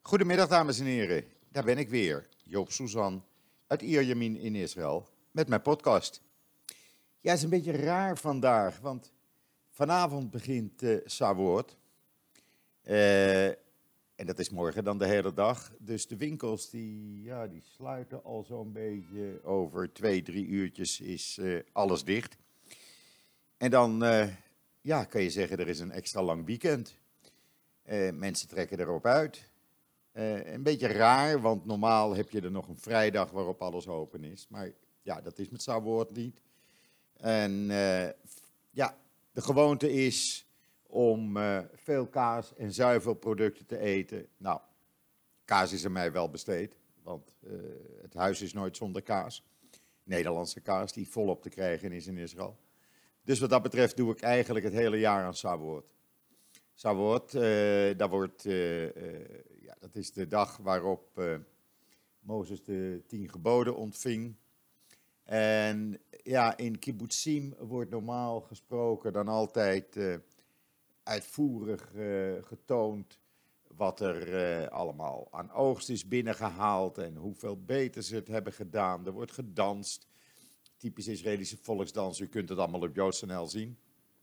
Goedemiddag, dames en heren. Daar ben ik weer, Joop Suzan uit Ierjemien in Israël, met mijn podcast. Ja, het is een beetje raar vandaag, want vanavond begint Shavuot. En dat is morgen dan de hele dag. Dus de winkels die sluiten al zo'n beetje over 2, 3 uurtjes is alles dicht. En dan kan je zeggen, er is een extra lang weekend. Mensen trekken erop uit. Een beetje raar, want normaal heb je er nog een vrijdag waarop alles open is. Maar ja, dat is met Shavuot niet. En de gewoonte is om veel kaas en zuivelproducten te eten. Nou, kaas is aan mij wel besteed, want het huis is nooit zonder kaas. Nederlandse kaas die volop te krijgen is in Israël. Dus wat dat betreft doe ik eigenlijk het hele jaar aan Shavuot. Shavuot, dat is de dag waarop Mozes de 10 geboden ontving. En ja, in kibbutzim wordt normaal gesproken dan altijd uitvoerig getoond wat er allemaal aan oogst is binnengehaald en hoeveel beter ze het hebben gedaan. Er wordt gedanst, typisch Israëlische volksdans, u kunt het allemaal op JoodsNL zien.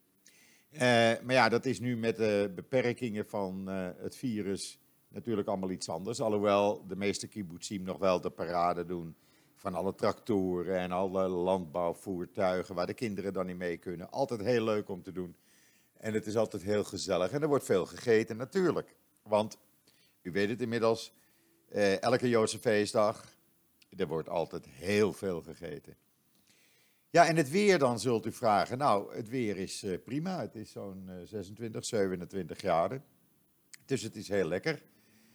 Maar ja, dat is nu met de beperkingen van het virus natuurlijk allemaal iets anders. Alhoewel de meeste kibbutzim nog wel de parade doen van alle tractoren en alle landbouwvoertuigen waar de kinderen dan niet mee kunnen. Altijd heel leuk om te doen. En het is altijd heel gezellig. En er wordt veel gegeten natuurlijk. Want, u weet het inmiddels, elke Joodse feestdag, er wordt altijd heel veel gegeten. Ja, en het weer dan, zult u vragen. Nou, het weer is prima. Het is zo'n 26, 27 graden. Dus het is heel lekker.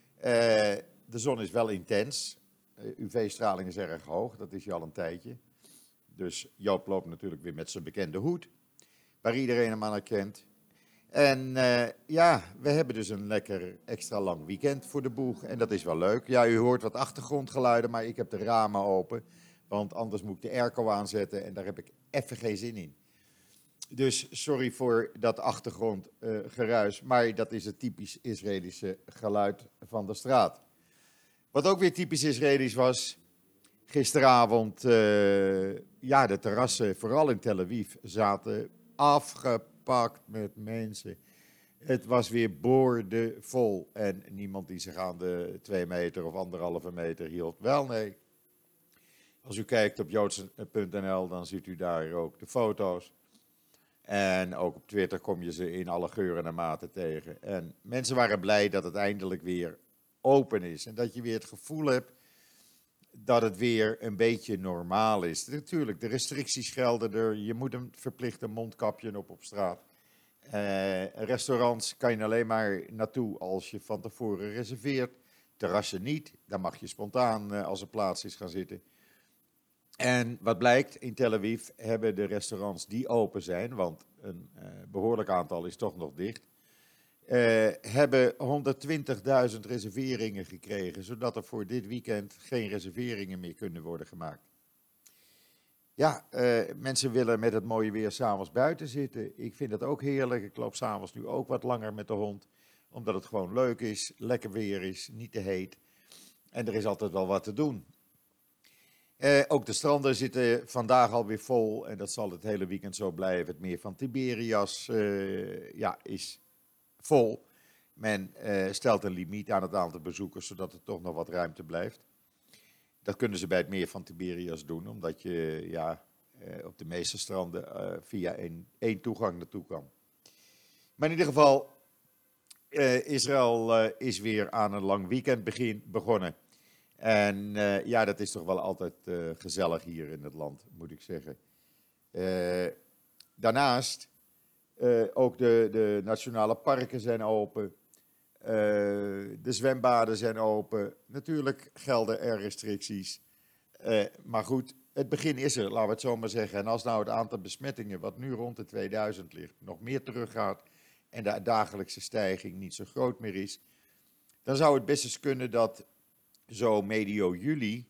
De zon is wel intens. UV-straling is erg hoog, dat is je al een tijdje. Dus Joop loopt natuurlijk weer met zijn bekende hoed, waar iedereen hem aan herkent. En we hebben dus een lekker extra lang weekend voor de boeg. En dat is wel leuk. Ja, u hoort wat achtergrondgeluiden, maar ik heb de ramen open. Want anders moet ik de airco aanzetten en daar heb ik even geen zin in. Dus sorry voor dat achtergrondgeruis, maar dat is het typisch Israëlische geluid van de straat. Wat ook weer typisch Israëlisch was, gisteravond, de terrassen, vooral in Tel Aviv, zaten afgepakt met mensen. Het was weer boordevol en niemand die zich aan de 2 meter of 1,5 meter hield. Wel, nee. Als u kijkt op joods.nl, dan ziet u daar ook de foto's. En ook op Twitter kom je ze in alle geuren en maten tegen. En mensen waren blij dat het eindelijk weer open is. En dat je weer het gevoel hebt dat het weer een beetje normaal is. Natuurlijk, de restricties gelden er. Je moet een verplichte mondkapje op straat. Restaurants kan je alleen maar naartoe als je van tevoren reserveert. Terrassen niet, daar mag je spontaan als er plaats is gaan zitten. En wat blijkt, in Tel Aviv hebben de restaurants die open zijn, want een behoorlijk aantal is toch nog dicht, hebben 120.000 reserveringen gekregen, zodat er voor dit weekend geen reserveringen meer kunnen worden gemaakt. Ja, mensen willen met het mooie weer s'avonds buiten zitten. Ik vind dat ook heerlijk. Ik loop s'avonds nu ook wat langer met de hond, omdat het gewoon leuk is, lekker weer is, niet te heet. En er is altijd wel wat te doen. Ook de stranden zitten vandaag alweer vol en dat zal het hele weekend zo blijven. Het meer van Tiberias is vol. Men stelt een limiet aan het aantal bezoekers, zodat er toch nog wat ruimte blijft. Dat kunnen ze bij het meer van Tiberias doen, omdat je op de meeste stranden via één toegang naartoe kan. Maar in ieder geval, Israël is weer aan een lang weekend begonnen. En dat is toch wel altijd gezellig hier in het land, moet ik zeggen. Daarnaast, ook de nationale parken zijn open. De zwembaden zijn open. Natuurlijk gelden er restricties. Maar goed, het begin is er, laten we het zo maar zeggen. En als nou het aantal besmettingen, wat nu rond de 2000 ligt, nog meer teruggaat en de dagelijkse stijging niet zo groot meer is, dan zou het best eens kunnen dat zo medio juli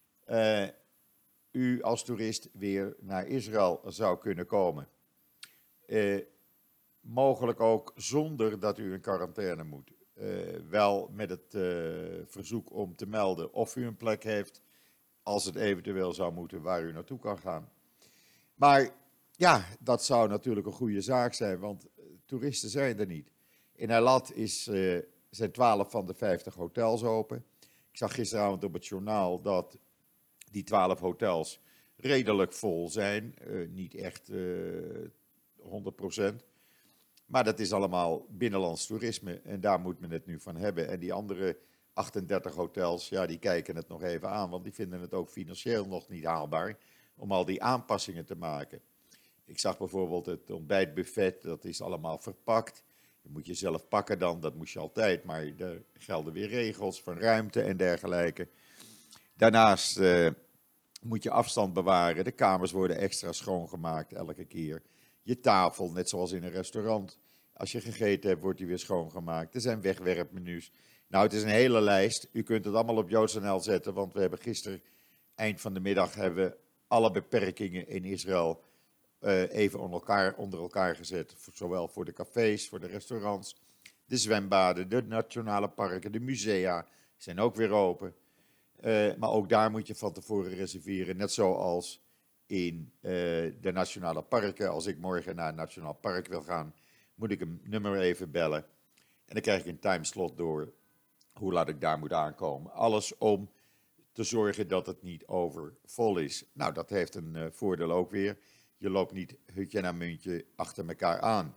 u als toerist weer naar Israël zou kunnen komen. Mogelijk ook zonder dat u in quarantaine moet. wel met het verzoek om te melden of u een plek heeft, als het eventueel zou moeten, waar u naartoe kan gaan. Maar ja, dat zou natuurlijk een goede zaak zijn, want toeristen zijn er niet. In Eilat zijn 12 van de 50 hotels open. Ik zag gisteravond op het journaal dat die 12 hotels redelijk vol zijn. Niet echt 100%. Maar dat is allemaal binnenlands toerisme en daar moet men het nu van hebben. En die andere 38 hotels, ja, die kijken het nog even aan, want die vinden het ook financieel nog niet haalbaar om al die aanpassingen te maken. Ik zag bijvoorbeeld het ontbijtbuffet, dat is allemaal verpakt. Dat moet je zelf pakken dan, dat moest je altijd, maar er gelden weer regels van ruimte en dergelijke. Daarnaast moet je afstand bewaren, de kamers worden extra schoongemaakt elke keer. Je tafel, net zoals in een restaurant. Als je gegeten hebt, wordt die weer schoongemaakt. Er zijn wegwerpmenu's. Nou, het is een hele lijst. U kunt het allemaal op joods.nl zetten, want we hebben gisteren, eind van de middag, hebben we alle beperkingen in Israël even onder elkaar gezet. Zowel voor de cafés, voor de restaurants, de zwembaden, de nationale parken, de musea zijn ook weer open. Maar ook daar moet je van tevoren reserveren, net zoals in de nationale parken. Als ik morgen naar een nationaal park wil gaan, moet ik een nummer even bellen. En dan krijg ik een timeslot door hoe laat ik daar moet aankomen. Alles om te zorgen dat het niet overvol is. Nou, dat heeft een voordeel ook weer. Je loopt niet hutje naar muntje achter elkaar aan.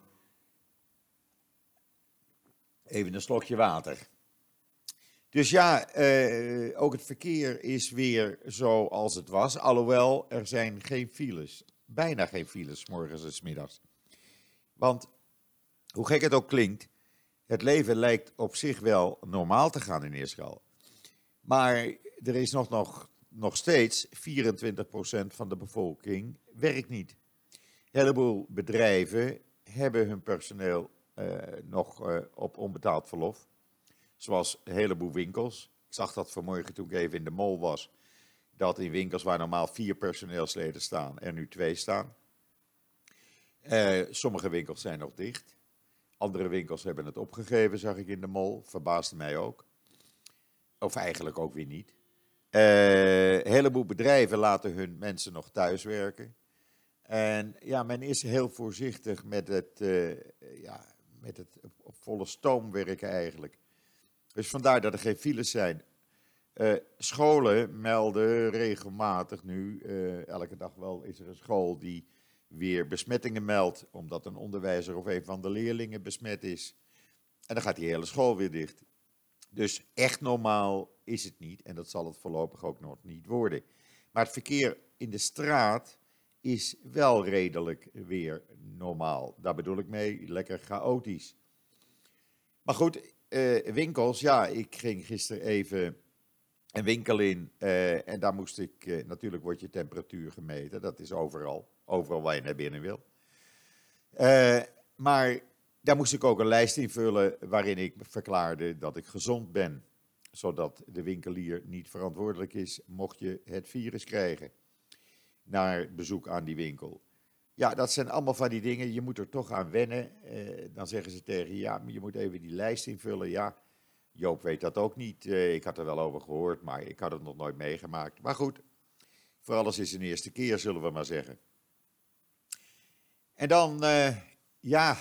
Even een slokje water. Dus ja, ook het verkeer is weer zoals het was. Alhoewel, er zijn geen files. Bijna geen files, 's morgens en 's middags. Want, hoe gek het ook klinkt, het leven lijkt op zich wel normaal te gaan in Israël. Maar er is nog steeds 24% van de bevolking werkt niet. Een heleboel bedrijven hebben hun personeel nog op onbetaald verlof. Zoals een heleboel winkels. Ik zag dat vanmorgen toen ik even in de mall was. Dat in winkels waar normaal 4 personeelsleden staan, er nu 2 staan. Sommige winkels zijn nog dicht. Andere winkels hebben het opgegeven, zag ik in de mall. Verbaasde mij ook. Of eigenlijk ook weer niet. Een heleboel bedrijven laten hun mensen nog thuiswerken. En ja, men is heel voorzichtig met het op volle stoom werken eigenlijk. Dus vandaar dat er geen files zijn. Scholen melden regelmatig nu, elke dag wel is er een school die weer besmettingen meldt, omdat een onderwijzer of een van de leerlingen besmet is. En dan gaat die hele school weer dicht. Dus echt normaal is het niet en dat zal het voorlopig ook nog niet worden. Maar het verkeer in de straat is wel redelijk weer normaal. Daar bedoel ik mee, lekker chaotisch. Maar goed, winkels, ja, ik ging gisteren even een winkel in en daar moest ik, natuurlijk wordt je temperatuur gemeten, dat is overal waar je naar binnen wil. Maar daar moest ik ook een lijst invullen waarin ik verklaarde dat ik gezond ben, zodat de winkelier niet verantwoordelijk is mocht je het virus krijgen naar bezoek aan die winkel. Ja, dat zijn allemaal van die dingen, je moet er toch aan wennen. Dan zeggen ze tegen je, ja, maar je moet even die lijst invullen. Ja, Joop weet dat ook niet. Ik had er wel over gehoord, maar ik had het nog nooit meegemaakt. Maar goed, voor alles is een eerste keer, zullen we maar zeggen. En dan, ja,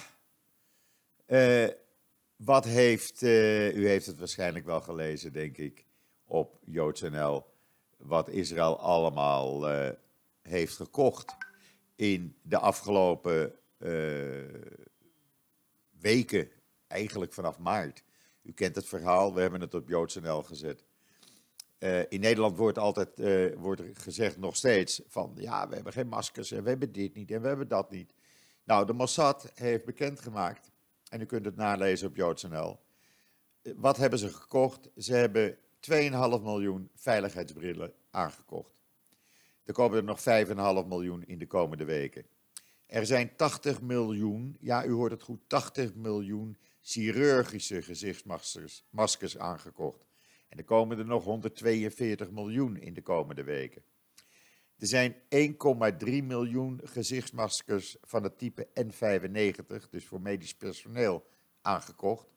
wat heeft, u heeft het waarschijnlijk wel gelezen, denk ik, op joods.nl, wat Israël allemaal heeft gekocht in de afgelopen weken, eigenlijk vanaf maart. U kent het verhaal, we hebben het op joods.nl gezet. In Nederland wordt er gezegd nog steeds van, ja, we hebben geen maskers en we hebben dit niet en we hebben dat niet. Nou, de Mossad heeft bekendgemaakt, en u kunt het nalezen op joods.nl. Wat hebben ze gekocht? Ze hebben 2,5 miljoen veiligheidsbrillen aangekocht. Er komen er nog 5,5 miljoen in de komende weken. Er zijn 80 miljoen, ja u hoort het goed, 80 miljoen chirurgische gezichtsmaskers aangekocht. En er komen er nog 142 miljoen in de komende weken. Er zijn 1,3 miljoen gezichtsmaskers van het type N95, dus voor medisch personeel, aangekocht.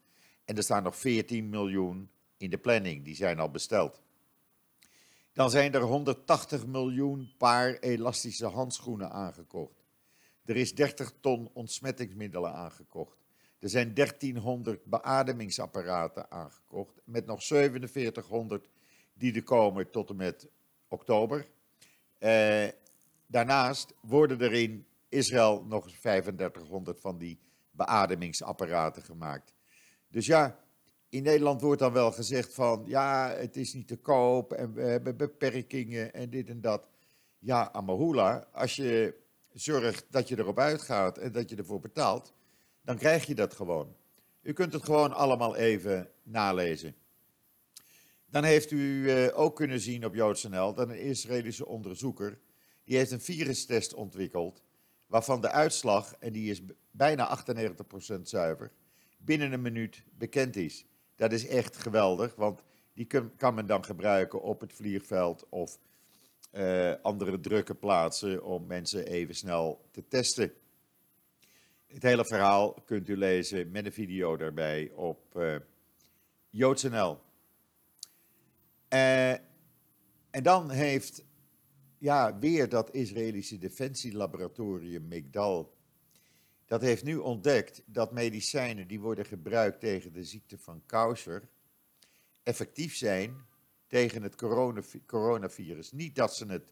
En er staan nog 14 miljoen in de planning, die zijn al besteld. Dan zijn er 180 miljoen paar elastische handschoenen aangekocht. Er is 30 ton ontsmettingsmiddelen aangekocht. Er zijn 1300 beademingsapparaten aangekocht, met nog 4700 die er komen tot en met oktober. Daarnaast worden er in Israël nog eens 3500 van die beademingsapparaten gemaakt. Dus ja, in Nederland wordt dan wel gezegd van, ja, het is niet te koop en we hebben beperkingen en dit en dat. Ja, Amahula, als je zorgt dat je erop uitgaat en dat je ervoor betaalt, dan krijg je dat gewoon. U kunt het gewoon allemaal even nalezen. Dan heeft u ook kunnen zien op JoodsNL dat een Israëlische onderzoeker, die heeft een virustest ontwikkeld, waarvan de uitslag, en die is bijna 98% zuiver, binnen een minuut bekend is. Dat is echt geweldig, want die kan men dan gebruiken op het vliegveld of andere drukke plaatsen om mensen even snel te testen. Het hele verhaal kunt u lezen met een video daarbij op JoodsNL. En dan heeft weer dat Israëlische defensielaboratorium Migdal, dat heeft nu ontdekt dat medicijnen die worden gebruikt tegen de ziekte van Kauser effectief zijn tegen het coronavirus. Niet dat ze het,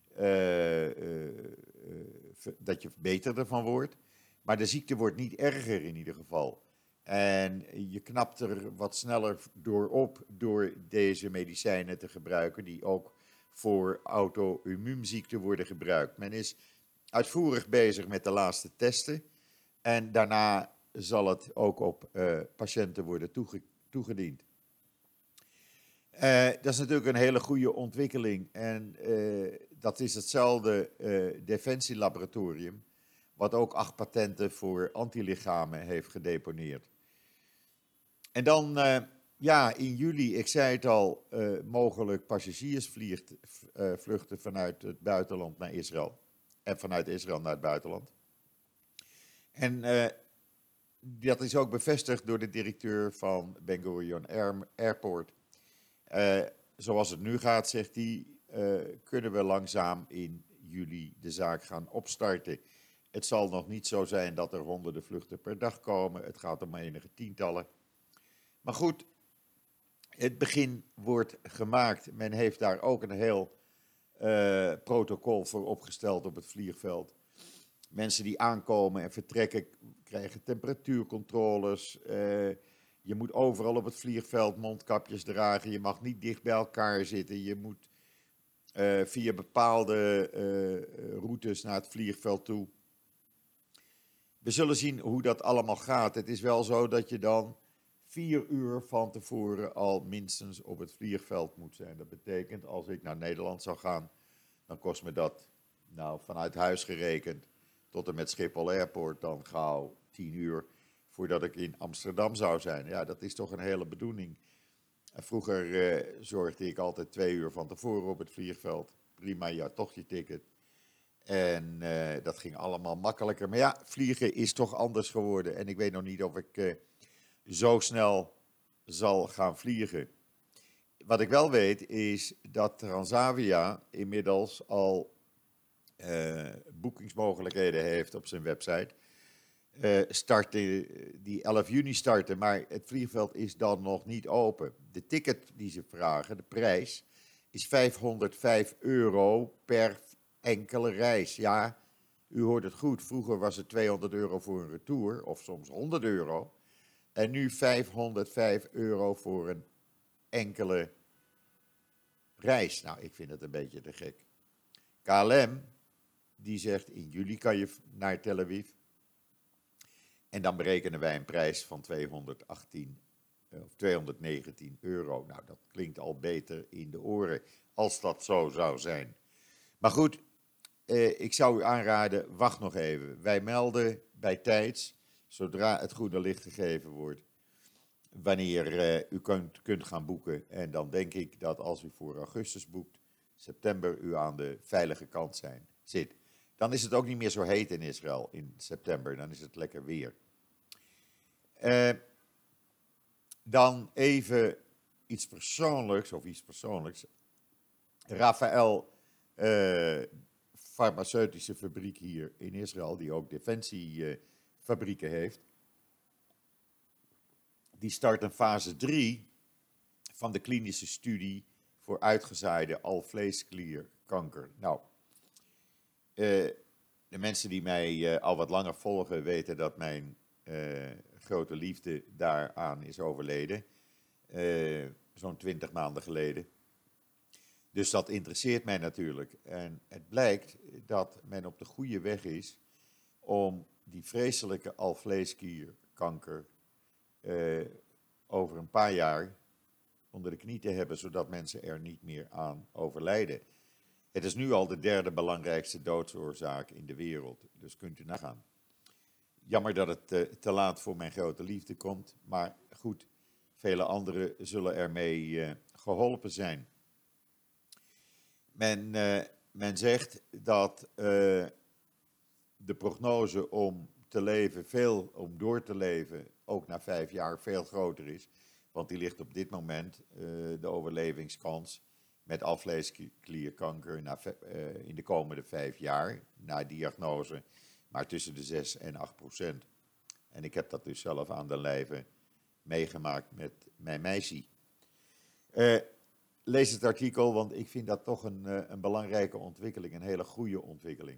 dat je beter ervan wordt, maar de ziekte wordt niet erger in ieder geval. En je knapt er wat sneller door op door deze medicijnen te gebruiken, die ook voor auto-immuunziekten worden gebruikt. Men is uitvoerig bezig met de laatste testen en daarna zal het ook op patiënten worden toegediend. Dat is natuurlijk een hele goede ontwikkeling en dat is hetzelfde defensielaboratorium wat ook 8 patenten voor antilichamen heeft gedeponeerd. En dan, in juli, ik zei het al, mogelijk passagiersvluchten vanuit het buitenland naar Israël. En vanuit Israël naar het buitenland. En dat is ook bevestigd door de directeur van Ben Gurion Airport. Zoals het nu gaat, zegt hij, kunnen we langzaam in juli de zaak gaan opstarten. Het zal nog niet zo zijn dat er honderden vluchten per dag komen. Het gaat om enige tientallen. Maar goed, het begin wordt gemaakt. Men heeft daar ook een heel protocol voor opgesteld op het vliegveld. Mensen die aankomen en vertrekken krijgen temperatuurcontroles. Je moet overal op het vliegveld mondkapjes dragen. Je mag niet dicht bij elkaar zitten. Je moet via bepaalde routes naar het vliegveld toe. We zullen zien hoe dat allemaal gaat. Het is wel zo dat je dan 4 uur van tevoren al minstens op het vliegveld moet zijn. Dat betekent, als ik naar Nederland zou gaan, dan kost me dat, vanuit huis gerekend, tot en met Schiphol Airport, dan gauw 10 uur voordat ik in Amsterdam zou zijn. Ja, dat is toch een hele bedoeling. Vroeger zorgde ik altijd 2 uur van tevoren op het vliegveld. Prima, ja, toch je ticket. En dat ging allemaal makkelijker. Maar ja, vliegen is toch anders geworden. En ik weet nog niet of ik zo snel zal gaan vliegen. Wat ik wel weet is dat Transavia inmiddels al boekingsmogelijkheden heeft op zijn website. Die 11 juni starten, maar het vliegveld is dan nog niet open. De ticket die ze vragen, de prijs, is €505 per enkele reis. Ja, u hoort het goed. Vroeger was het €200 voor een retour, of soms €100. En nu €505 voor een enkele reis. Nou, ik vind het een beetje te gek. KLM, die zegt in juli kan je naar Tel Aviv. En dan berekenen wij een prijs van €219. Nou, dat klinkt al beter in de oren, als dat zo zou zijn. Maar goed, ik zou u aanraden, wacht nog even. Wij melden bij tijds, zodra het groene licht gegeven wordt, wanneer u kunt gaan boeken. En dan denk ik dat als u voor augustus boekt, september u aan de veilige kant zit. Dan is het ook niet meer zo heet in Israël in september. Dan is het lekker weer. Dan even iets persoonlijks. Rafael, farmaceutische fabriek hier in Israël, die ook defensiefabrieken heeft, die start een fase 3 van de klinische studie voor uitgezaaide alvleesklierkanker. Nou, de mensen die mij al wat langer volgen weten dat mijn grote liefde daaraan is overleden. Zo'n 20 maanden geleden. Dus dat interesseert mij natuurlijk. En het blijkt dat men op de goede weg is om die vreselijke alvleesklierkanker over een paar jaar onder de knie te hebben, zodat mensen er niet meer aan overlijden. Het is nu al de derde belangrijkste doodsoorzaak in de wereld, dus kunt u nagaan. Jammer dat het te laat voor mijn grote liefde komt, maar goed, vele anderen zullen ermee geholpen zijn. Men zegt dat de prognose om door te leven, ook na 5 jaar, veel groter is. Want die ligt op dit moment, de overlevingskans met alvleesklierkanker in de komende 5 jaar, na diagnose, maar tussen de 6 en 8%. En ik heb dat dus zelf aan de lijve meegemaakt met mijn meisje. Lees het artikel, want ik vind dat toch een belangrijke ontwikkeling, een hele goede ontwikkeling.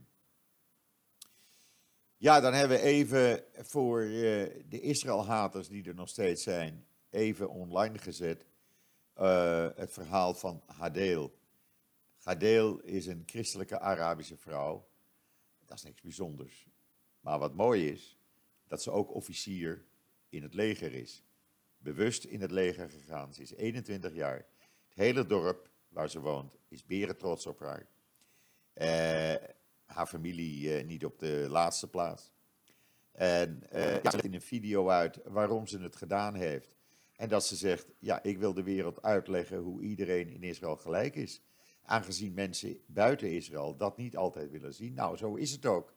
Ja, dan hebben we even voor de Israël-haters die er nog steeds zijn, even online gezet het verhaal van Hadeel. Hadeel is een christelijke Arabische vrouw. Dat is niks bijzonders. Maar wat mooi is, dat ze ook officier in het leger is. Bewust in het leger gegaan. Ze is 21 jaar. Het hele dorp waar ze woont is berentrots op haar. Haar familie niet op de laatste plaats. En ze legt in een video uit waarom ze het gedaan heeft. En dat ze zegt, ja, ik wil de wereld uitleggen hoe iedereen in Israël gelijk is. Aangezien mensen buiten Israël dat niet altijd willen zien. Nou, zo is het ook.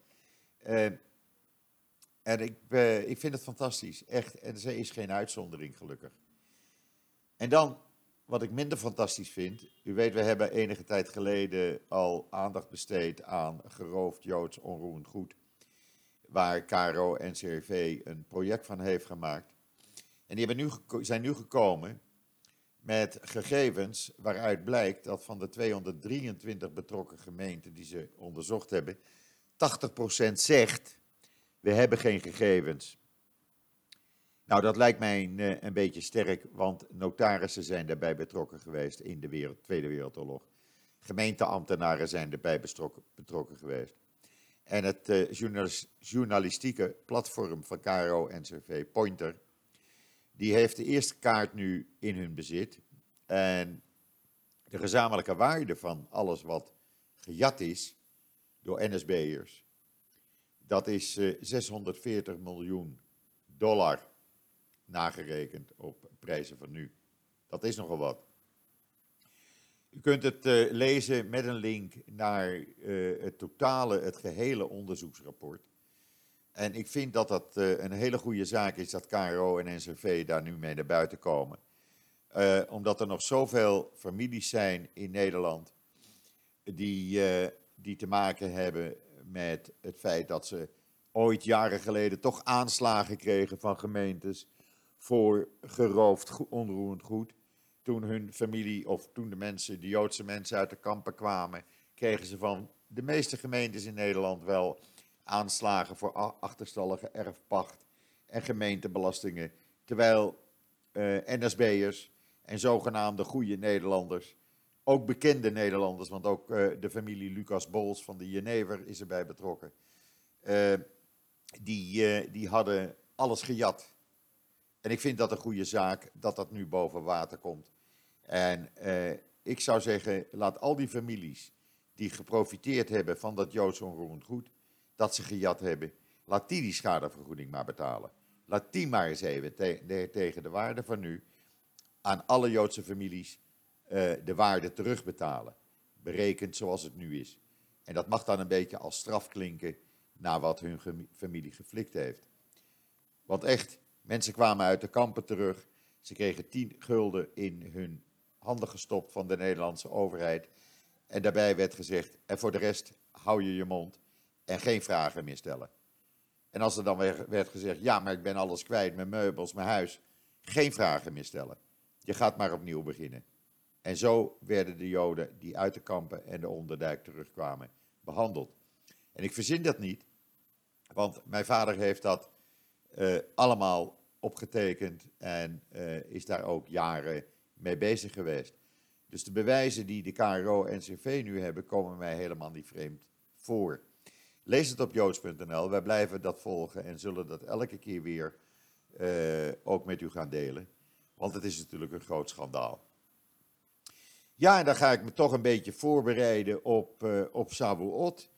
En ik vind het fantastisch, echt. En ze is geen uitzondering, gelukkig. En dan, wat ik minder fantastisch vind. U weet, we hebben enige tijd geleden al aandacht besteed aan geroofd Joods onroerend goed. Waar KRO en NCRV een project van heeft gemaakt. En die zijn nu gekomen met gegevens waaruit blijkt dat van de 223 betrokken gemeenten die ze onderzocht hebben, 80% zegt, we hebben geen gegevens. Nou, dat lijkt mij een beetje sterk, want notarissen zijn daarbij betrokken geweest in de Tweede Wereldoorlog. Gemeenteambtenaren zijn erbij betrokken geweest. En het journalistieke platform van KRO en NCRV, Pointer, die heeft de eerste kaart nu in hun bezit. En de gezamenlijke waarde van alles wat gejat is door NSB'ers, dat is $640 miljoen nagerekend op prijzen van nu. Dat is nogal wat. U kunt het lezen met een link naar het gehele onderzoeksrapport. En ik vind dat dat een hele goede zaak is dat KRO en NCRV daar nu mee naar buiten komen. Omdat er nog zoveel families zijn in Nederland die te maken hebben met het feit dat ze ooit jaren geleden toch aanslagen kregen van gemeentes voor geroofd onroerend goed. Toen hun familie of toen de Joodse mensen uit de kampen kwamen, kregen ze van de meeste gemeentes in Nederland wel aanslagen voor achterstallige erfpacht en gemeentebelastingen. Terwijl NSB'ers en zogenaamde goede Nederlanders, ook bekende Nederlanders, want ook de familie Lucas Bols van de Jenever is erbij betrokken, die hadden alles gejat. En ik vind dat een goede zaak dat dat nu boven water komt. En ik zou zeggen, laat al die families die geprofiteerd hebben van dat Joods onroerend goed, dat ze gejat hebben, laat die schadevergoeding maar betalen. Laat die maar eens even tegen de waarde van nu aan alle Joodse families de waarde terugbetalen. Berekend zoals het nu is. En dat mag dan een beetje als straf klinken naar wat hun familie geflikt heeft. Want echt, mensen kwamen uit de kampen terug Ze kregen 10 gulden in hun handen gestopt van de Nederlandse overheid. En daarbij werd gezegd, en voor de rest hou je je mond en geen vragen meer stellen. En als er dan werd gezegd, ja, maar ik ben alles kwijt, mijn meubels, mijn huis. Geen vragen meer stellen. Je gaat maar opnieuw beginnen. En zo werden de Joden die uit de kampen en de onderdijk terugkwamen behandeld. En ik verzin dat niet, want mijn vader heeft dat allemaal opgetekend en is daar ook jaren mee bezig geweest. Dus de bewijzen die de KRO-NCV nu hebben, komen mij helemaal niet vreemd voor. Lees het op joods.nl, wij blijven dat volgen en zullen dat elke keer weer ook met u gaan delen. Want het is natuurlijk een groot schandaal. Ja, en dan ga ik me toch een beetje voorbereiden op Shavuot.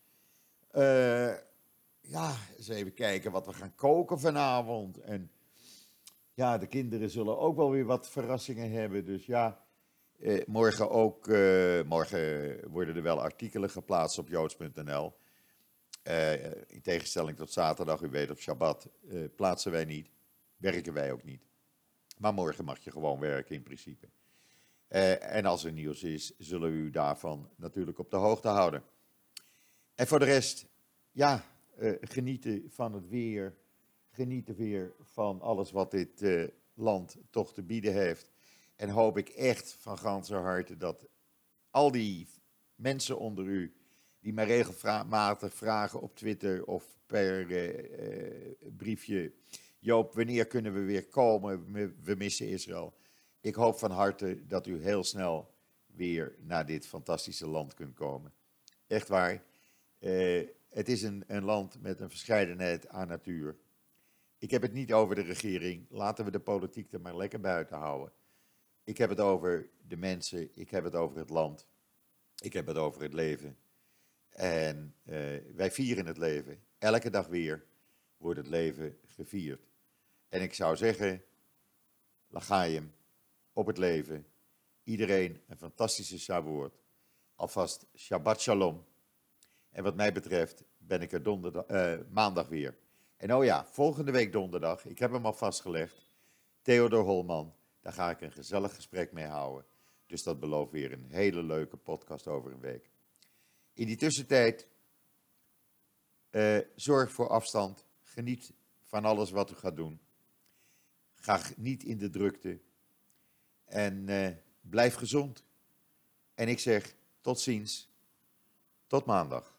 Ja, eens even kijken wat we gaan koken vanavond. En ja, de kinderen zullen ook wel weer wat verrassingen hebben. Dus ja, morgen ook. Morgen worden er wel artikelen geplaatst op joods.nl. In tegenstelling tot zaterdag, u weet op Shabbat, plaatsen wij niet. Werken wij ook niet. Maar morgen mag je gewoon werken in principe. En als er nieuws is, zullen we u daarvan natuurlijk op de hoogte houden. En voor de rest, ja, genieten van het weer. Genieten weer van alles wat dit land toch te bieden heeft. En hoop ik echt van ganser harte dat al die mensen onder u die mij regelmatig vragen op Twitter of per briefje: Joop, wanneer kunnen we weer komen? We missen Israël. Ik hoop van harte dat u heel snel weer naar dit fantastische land kunt komen. Echt waar. Het is een land met een verscheidenheid aan natuur. Ik heb het niet over de regering. Laten we de politiek er maar lekker buiten houden. Ik heb het over de mensen. Ik heb het over het land. Ik heb het over het leven. En wij vieren het leven. Elke dag weer wordt het leven gevierd. En ik zou zeggen, L'chaim, op het leven. Iedereen een fantastische Shavuot. Alvast Shabbat Shalom. En wat mij betreft ben ik er maandag weer. En oh ja, volgende week donderdag, ik heb hem al vastgelegd, Theodor Holman, daar ga ik een gezellig gesprek mee houden. Dus dat belooft weer een hele leuke podcast over een week. In die tussentijd, zorg voor afstand, geniet van alles wat u gaat doen. Ga niet in de drukte en blijf gezond. En ik zeg tot ziens, tot maandag.